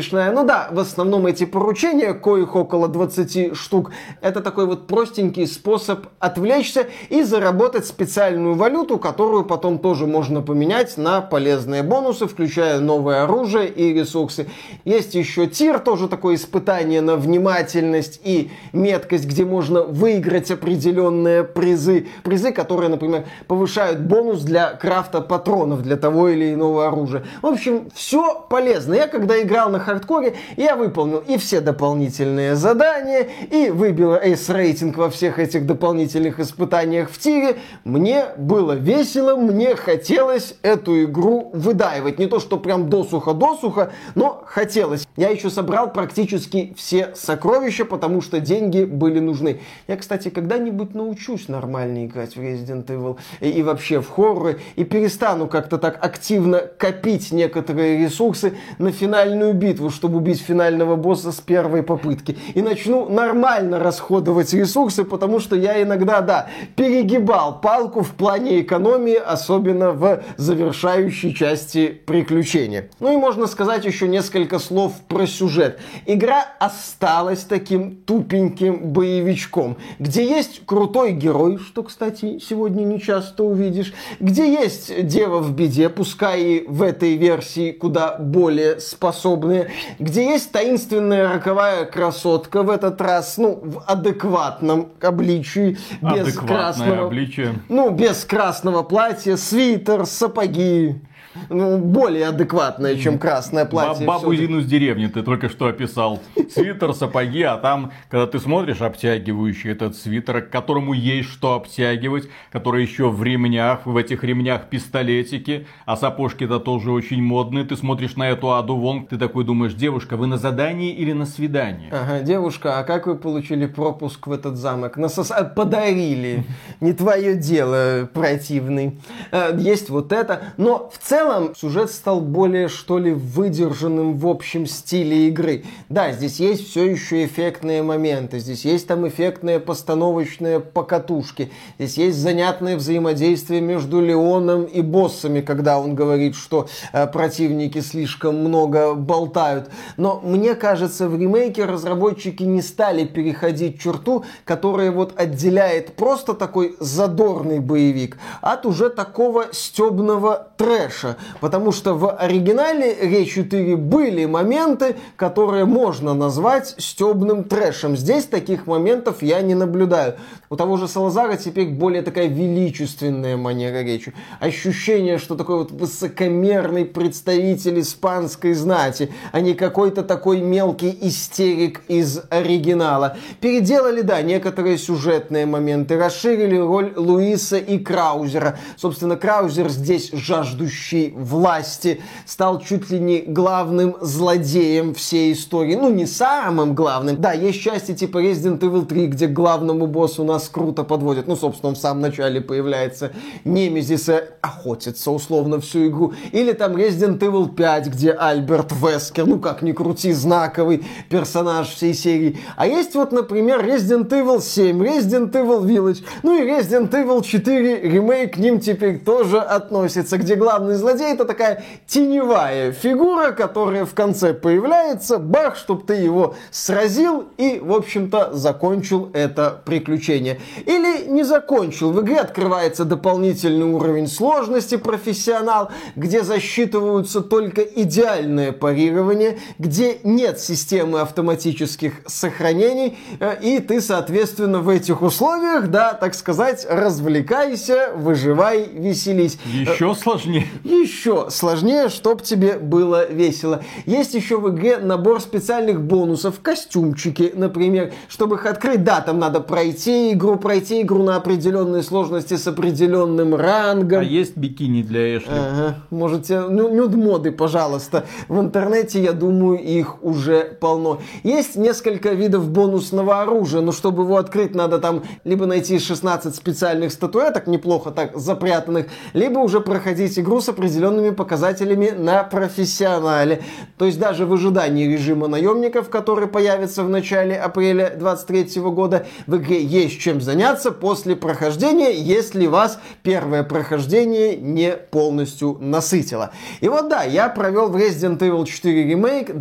смешная. Ну да, в основном эти поручения, коих около 20 штук, это такой вот простенький способ отвлечься и заработать специальную валюту, которую потом тоже можно поменять на полезные бонусы, включая новое оружие и ресурсы. Есть еще тир, тоже такое испытание на внимательность и меткость, где можно выиграть определенные призы. Призы, которые, например, повышают бонус для крафта патронов для того или иного оружия. В общем, все полезно. Я когда играл на хардкоре, я выполнил и все дополнительные задания, и выбил эйс-рейтинг во всех этих дополнительных испытаниях в тире. Мне было весело, мне хотелось эту игру выдаивать. Не то, что прям досуха-досуха, но хотелось. Я еще собрал практически все сокровища, потому что деньги были нужны. Я, кстати, когда-нибудь научусь нормально играть в Resident Evil и вообще в хорроры, и перестану как-то так активно копить некоторые ресурсы на финальную битву, чтобы убить финального босса с первой попытки. И начну нормально расходовать ресурсы, потому что я иногда, да, перегибал палку в плане экономии, особенно в завершающей части приключения. Ну и можно сказать еще несколько слов про сюжет. Игра осталась таким тупеньким боевичком, где есть крутой герой, что, кстати, сегодня не часто увидишь, где есть дева в беде, пускай и в этой версии куда более способные, где есть таинственная роковая красотка, в этот раз, ну, в адекватном обличии, без красного, без красного платья, свитер, сапоги. Ну, более адекватное, чем красное платье. Бабу Зину с деревни ты только что описал. Свитер, сапоги, а там, когда ты смотришь обтягивающий этот свитер, к которому есть что обтягивать, который еще в ремнях, в этих ремнях пистолетики, а сапожки-то тоже очень модные. Ты смотришь на эту Аду Вонг, ты такой думаешь: девушка, вы на задании или на свидании? Ага, девушка, а как вы получили пропуск в этот замок? Подарили. Не твое дело, противный. Есть вот это. Но в целом сюжет стал более, что ли, выдержанным в общем стиле игры. Да, здесь есть все еще эффектные моменты, здесь есть там эффектные постановочные покатушки, здесь есть занятное взаимодействие между Леоном и боссами, когда он говорит, что противники слишком много болтают. Но мне кажется, в ремейке разработчики не стали переходить черту, которая вот отделяет просто такой задорный боевик от уже такого стебного трэша. Потому что в оригинале Речь 4 были моменты, которые можно назвать стебным трэшем. Здесь таких моментов я не наблюдаю. У того же Салазара теперь более такая величественная манера речи. Ощущение, что такой вот высокомерный представитель испанской знати, а не какой-то такой мелкий истерик из оригинала. Переделали, да, некоторые сюжетные моменты, расширили роль Луиса и Краузера. Собственно, Краузер здесь жаждущий власти, стал чуть ли не главным злодеем всей истории. Ну, не самым главным. Да, есть части типа Resident Evil 3, где к главному боссу нас круто подводят. Ну, собственно, он в самом начале появляется. Немезис охотится условно всю игру. Или там Resident Evil 5, где Альберт Вескер, ну, как ни крути, знаковый персонаж всей серии. А есть вот, например, Resident Evil 7, Resident Evil Village, ну и Resident Evil 4 ремейк к ним теперь тоже относится, где главный злодей это такая теневая фигура, которая в конце появляется, бах, чтоб ты его сразил и, в общем-то, закончил это приключение. Или не закончил. В игре открывается дополнительный уровень сложности профессионал, где засчитываются только идеальное парирование, где нет системы автоматических сохранений, и ты, соответственно, в этих условиях, да, так сказать, развлекайся, выживай, веселись. Еще сложнее. Еще сложнее, чтоб тебе было весело. Есть еще в игре набор специальных бонусов, костюмчики, например, чтобы их открыть. Да, там надо пройти игру на определенной сложности с определенным рангом. А есть бикини для Эшли? Ага. Можете, нюд-моды, пожалуйста. В интернете, я думаю, их уже полно. Есть несколько видов бонусного оружия, но чтобы его открыть, надо там либо найти 16 специальных статуэток, неплохо так запрятанных, либо уже проходить игру с определенными показателями на профессионале. То есть даже в ожидании режима наемников, который появится в начале апреля 2023 года, в игре есть чем заняться после прохождения, если вас первое прохождение не полностью насытило. И вот да, я провел в Resident Evil 4 Remake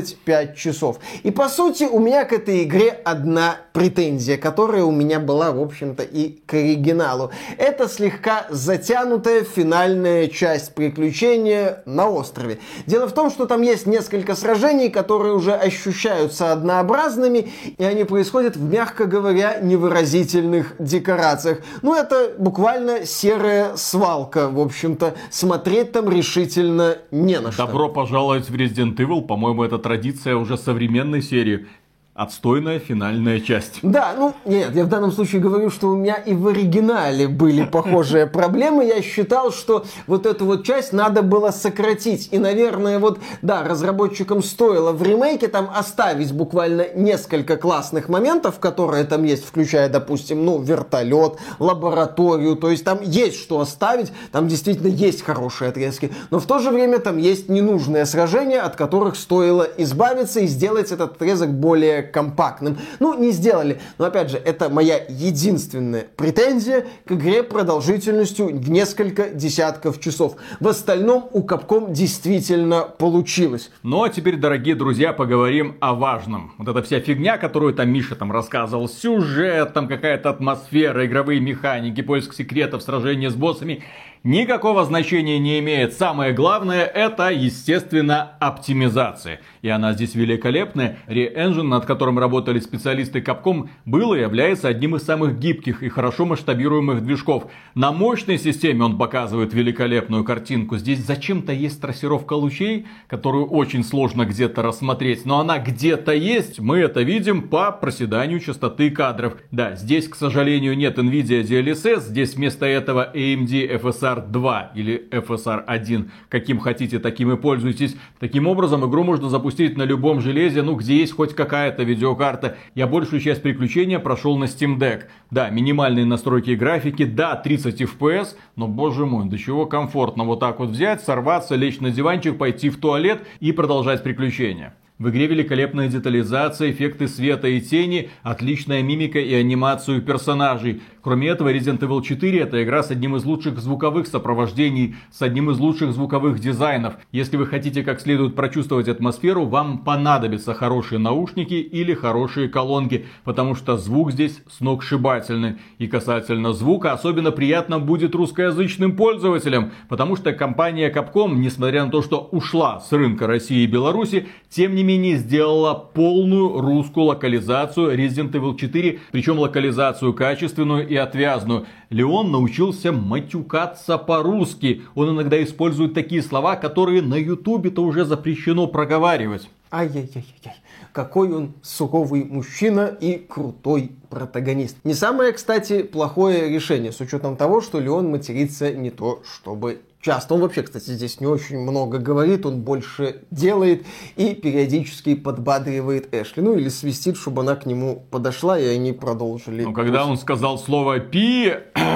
25 часов. И по сути у меня к этой игре одна претензия, которая у меня была, в общем-то, и к оригиналу. Это слегка затянутая финальная часть приключения на острове. Дело в том, что там есть несколько сражений, которые уже ощущаются однообразными, и они происходят в, мягко говоря, невыразительных декорациях. Ну, это буквально серая свалка, в общем-то. Смотреть там решительно не на что. Добро пожаловать в Resident Evil. По-моему, это традиция уже современной серии. Отстойная финальная часть. Да, ну, нет, я в данном случае говорю, что у меня и в оригинале были похожие проблемы. Я считал, что вот эту вот часть надо было сократить. И, наверное, вот, да, разработчикам стоило в ремейке там оставить буквально несколько классных моментов, которые там есть, включая, допустим, ну, вертолет, лабораторию. То есть там есть что оставить, там действительно есть хорошие отрезки. Но в то же время там есть ненужные сражения, от которых стоило избавиться и сделать этот отрезок более компактным. Ну, не сделали. Но, опять же, это моя единственная претензия к игре продолжительностью в несколько десятков часов. В остальном у Capcom действительно получилось. Ну, а теперь, дорогие друзья, поговорим о важном. Вот эта вся фигня, которую там Миша там рассказывал, сюжет, там какая-то атмосфера, игровые механики, поиск секретов, сражения с боссами, никакого значения не имеет. Самое главное, это, естественно, оптимизация. И она здесь великолепная. Re-Engine, над которым работали специалисты Capcom, был и является одним из самых гибких и хорошо масштабируемых движков. На мощной системе он показывает великолепную картинку. Здесь зачем-то есть трассировка лучей, которую очень сложно где-то рассмотреть. Но она где-то есть, мы это видим по проседанию частоты кадров. Да, здесь, к сожалению, нет NVIDIA DLSS, здесь вместо этого AMD FSR 2 или FSR 1. Каким хотите, таким и пользуйтесь. Таким образом, игру можно запустить на любом железе, ну, где есть хоть какая-то видеокарта. Я большую часть приключения прошел на Steam Deck. Да, минимальные настройки графики, да, 30 FPS, но, боже мой, до чего комфортно вот так вот взять, сорваться, лечь на диванчик, пойти в туалет и продолжать приключения. В игре великолепная детализация, эффекты света и тени, отличная мимика и анимацию персонажей. Кроме этого, Resident Evil 4 это игра с одним из лучших звуковых сопровождений, с одним из лучших звуковых дизайнов. Если вы хотите как следует прочувствовать атмосферу, вам понадобятся хорошие наушники или хорошие колонки, потому что звук здесь сногсшибательный. И касательно звука, особенно приятно будет русскоязычным пользователям, потому что компания Capcom, несмотря на то, что ушла с рынка России и Беларуси, тем не менее сделала полную русскую локализацию Resident Evil 4, причем локализацию качественную и отвязную. Леон научился матюкаться по-русски. Он иногда использует такие слова, которые на ютубе-то уже запрещено проговаривать. Ай-яй-яй-яй. Какой он суровый мужчина и крутой протагонист. Не самое, кстати, плохое решение, с учетом того, что Леон матерится не то чтобы часто. Он вообще, кстати, здесь не очень много говорит, он больше делает и периодически подбадривает Эшли. Ну или свистит, чтобы она к нему подошла, и они продолжили. Но когда он сказал слово «пи»,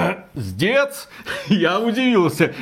«сдец», я удивился.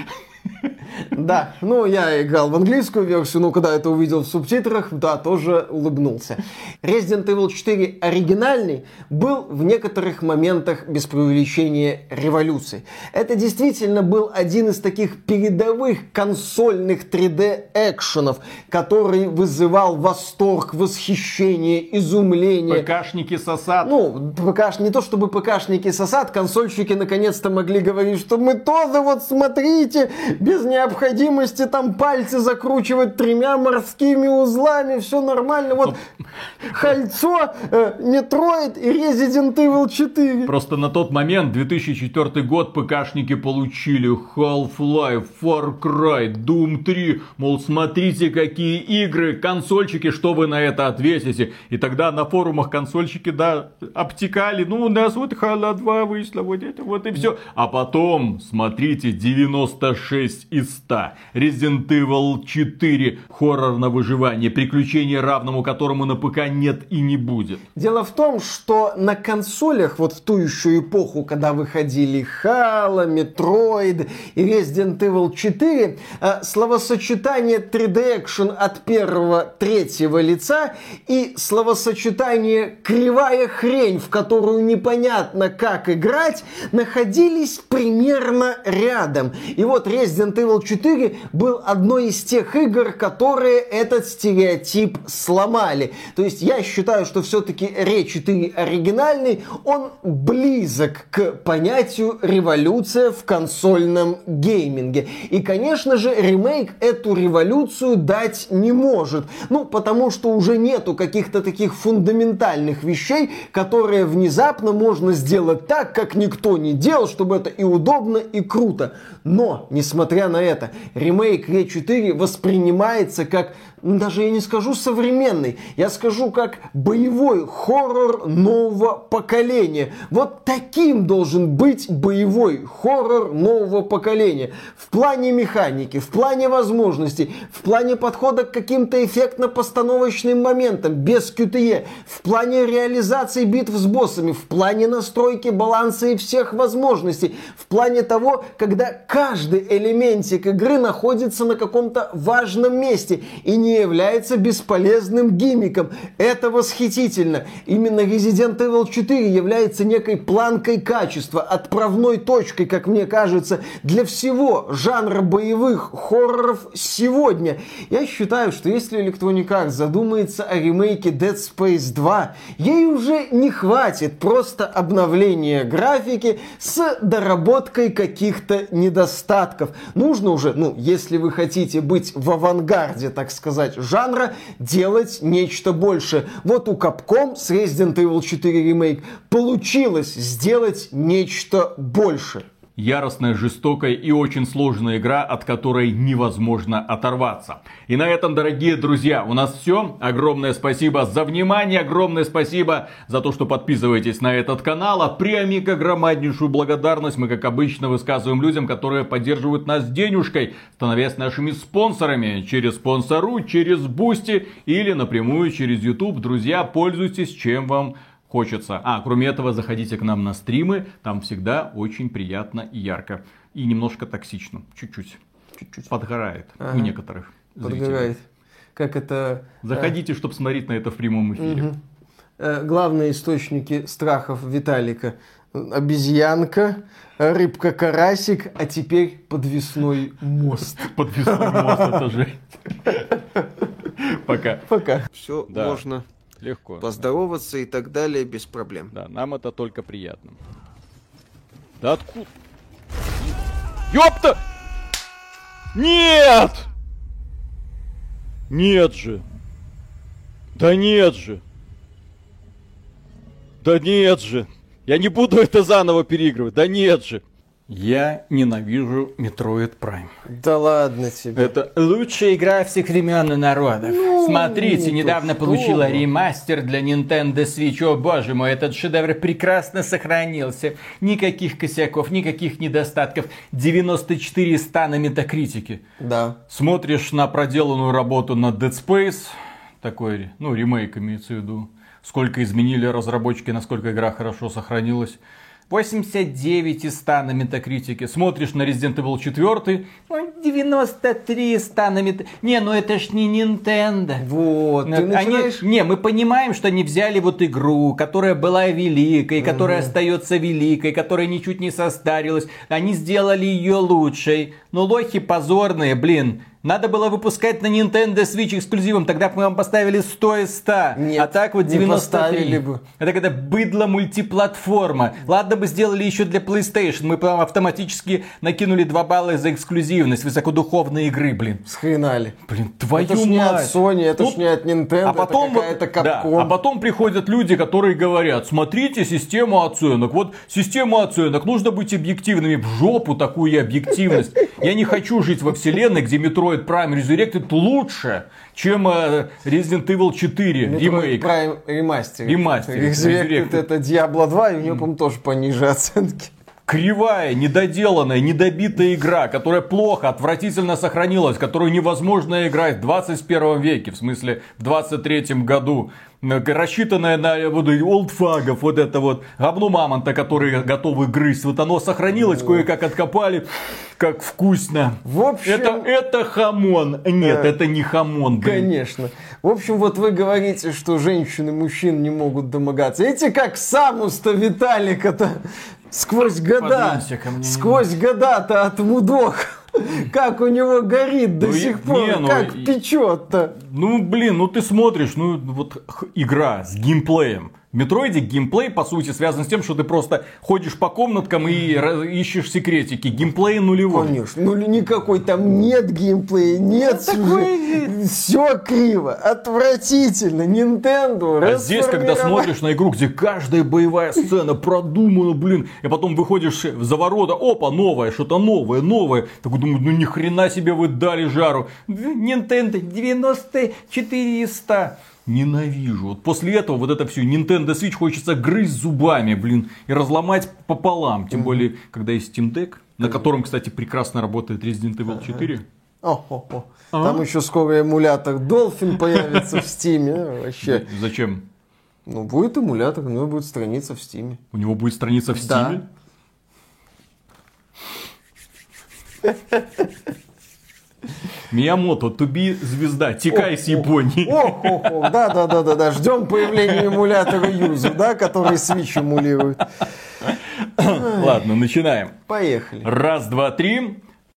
Да, ну я играл в английскую версию, но когда это увидел в субтитрах, да, тоже улыбнулся. Resident Evil 4 оригинальный был в некоторых моментах без преувеличения революцией. Это действительно был один из таких передовых консольных 3D-экшенов, который вызывал восторг, восхищение, изумление. ПКшники сосат. Ну, не то чтобы ПКшники сосат, консольщики наконец-то могли говорить, что мы тоже, вот смотрите, без необходимости там пальцы закручивать 3 морскими узлами, все нормально. Вот Кольцо, Metroid и Resident Evil 4. Просто на тот момент, 2004 год, ПКшники получили Half-Life, Far Cry, Doom 3. Мол, смотрите, какие игры, консольщики, что вы на это ответите? И тогда на форумах консольщики, да, обтекали. Ну, у нас вот Halo 2 вышло, вот это вот и все. А потом, смотрите, 96 из 100. Resident Evil 4. Хоррор на выживание. Приключение, равному которому на ПК нет и не будет. Дело в том, что на консолях, вот в ту еще эпоху, когда выходили Halo, Metroid и Resident Evil 4, словосочетание 3D-экшен от первого-третьего лица и словосочетание кривая хрень, в которую непонятно как играть, находились примерно рядом. И вот Resident Evil 4 был одной из тех игр, которые этот стереотип сломали. То есть я считаю, что все-таки Re 4 оригинальный, он близок к понятию революция в консольном гейминге. И, конечно же, ремейк эту революцию дать не может. Ну, потому что уже нету каких-то таких фундаментальных вещей, которые внезапно можно сделать так, как никто не делал, чтобы это и удобно, и круто. Но, несмотря на это, ремейк Re 4 воспринимается как, даже я не скажу современный, я скажу как боевой хоррор нового поколения. Вот таким должен быть боевой хоррор нового поколения. В плане механики, в плане возможностей, в плане подхода к каким-то эффектно-постановочным моментам, без QTE, в плане реализации битв с боссами, в плане настройки баланса и всех возможностей, в плане того, когда каждый элементик игры находится на каком-то важном месте и не является бесполезным гиммиком. Это восхитительно. Именно Resident Evil 4 является некой планкой качества, отправной точкой, как мне кажется, для всего жанра боевых хорроров сегодня. Я считаю, что если Electronic Arts задумается о ремейке Dead Space 2, ей уже не хватит просто обновления графики с доработкой каких-то недостатков. Нужно уже, если вы хотите быть в авангарде, так сказать, жанра, делать нечто большее. Вот у Capcom с Resident Evil 4 Remake получилось сделать нечто большее. Яростная, жестокая и очень сложная игра, от которой невозможно оторваться. И на этом, дорогие друзья, у нас все. Огромное спасибо за внимание, огромное спасибо за то, что подписываетесь на этот канал. А при омиго громаднейшую благодарность мы, как обычно, высказываем людям, которые поддерживают нас денежкой, становясь нашими спонсорами через Спонсору, через Бусти или напрямую через YouTube. Друзья, пользуйтесь, чем вам хочется. Кроме этого, заходите к нам на стримы. Там всегда очень приятно и ярко. И немножко токсично. Чуть-чуть. Подгорает у некоторых зрителей. Подгорает. Как это... Заходите, чтобы смотреть на это в прямом эфире. Главные источники страхов Виталика. Обезьянка, рыбка-карасик, а теперь подвесной мост. Подвесной мост, это же. Пока. Пока. Все можно... Легко. Поздороваться и так далее без проблем. Да, нам это только приятно. Да откуда? Ёпта! Нет! Нет же! Да нет же! Да нет же! Я не буду это заново переигрывать. Да нет же! Я ненавижу Metroid Prime. Да ладно тебе. Это лучшая игра всех времен и народов. Смотрите, недавно получила ремастер для Nintendo Switch. О боже мой, этот шедевр прекрасно сохранился. Никаких косяков, никаких недостатков. 94 100 на метакритике. Да. Смотришь на проделанную работу над Dead Space. Такой, ремейк имеется в виду. Сколько изменили разработчики, насколько игра хорошо сохранилась. 89 из 100 на метакритике. Смотришь на Resident Evil 4, 93 из 100 на метакритике. Не, это ж не Nintendo. Вот, ты начинаешь... мы понимаем, что они взяли вот игру, которая была великой, которая остается великой, которая ничуть не состарилась. Они сделали ее лучшей. Но лохи позорные, блин. Надо было выпускать на Nintendo Switch эксклюзивом, тогда бы мы вам поставили 100 из 100. Нет, а так вот 93. бы. Это когда быдло мультиплатформа. Ладно бы сделали еще для PlayStation. Мы прям автоматически накинули 2 балла за эксклюзивность высокодуховной игры, блин. Схренали. Блин, твою мать. Это ж не от Sony, это ж не от Nintendo, это какая-то Capcom. Да, а потом приходят люди, которые говорят: смотрите систему оценок. Вот система оценок, нужно быть объективными. В жопу такую объективность. Я не хочу жить во вселенной, где Metroid Prime Resurrected лучше, чем Resident Evil 4 ремейк. Prime ремастер. Ремастер. Resurrected это Diablo 2, и у него, по-моему, тоже пониже оценки. кривая, недоделанная, недобитая игра, которая плохо, отвратительно сохранилась, которую невозможно играть в 21 веке, в смысле в 23 году, рассчитанная на олдфагов, вот это вот говно мамонта, которые готовы грызть, вот оно сохранилось, кое-как откопали, как вкусно. В общем... Это хамон. Нет, это не хамон. Блин. Конечно. В общем, вот вы говорите, что женщины и мужчины не могут домогаться. Видите, как Самус-то Виталика-то сквозь года, сквозь года-то отмудох. Как у него горит до сих пор, как печет-то. Ну, блин, ну ты смотришь, ну вот игра с геймплеем. В Метроиде геймплей, по сути, связан с тем, что ты просто ходишь по комнаткам и ищешь секретики. Геймплей нулевой. Конечно, ну никакой там нет геймплея, нет сюжета. Все криво, отвратительно. Nintendo А здесь, когда смотришь на игру, где каждая боевая сцена продумана, блин, и потом выходишь за ворота, опа, новое, что-то новое. Такой думаю, ну ни хрена себе вы дали жару. Nintendo 9400. Ненавижу. Вот после этого вот это все Nintendo Switch хочется грызть зубами, блин, и разломать пополам. Тем более, когда есть Steam Deck, на котором, кстати, прекрасно работает Resident Evil 4. Там еще скоро эмулятор Dolphin появится в Steam. Вообще. Зачем? Ну, будет эмулятор, у него будет страница в Steam. У него будет страница в Steam? Миямото, туби звезда, текай с Японии. Да. Ждем появления эмулятора Юзу, да, который Switch эмулирует. Ладно, начинаем. Поехали. Раз, два, три.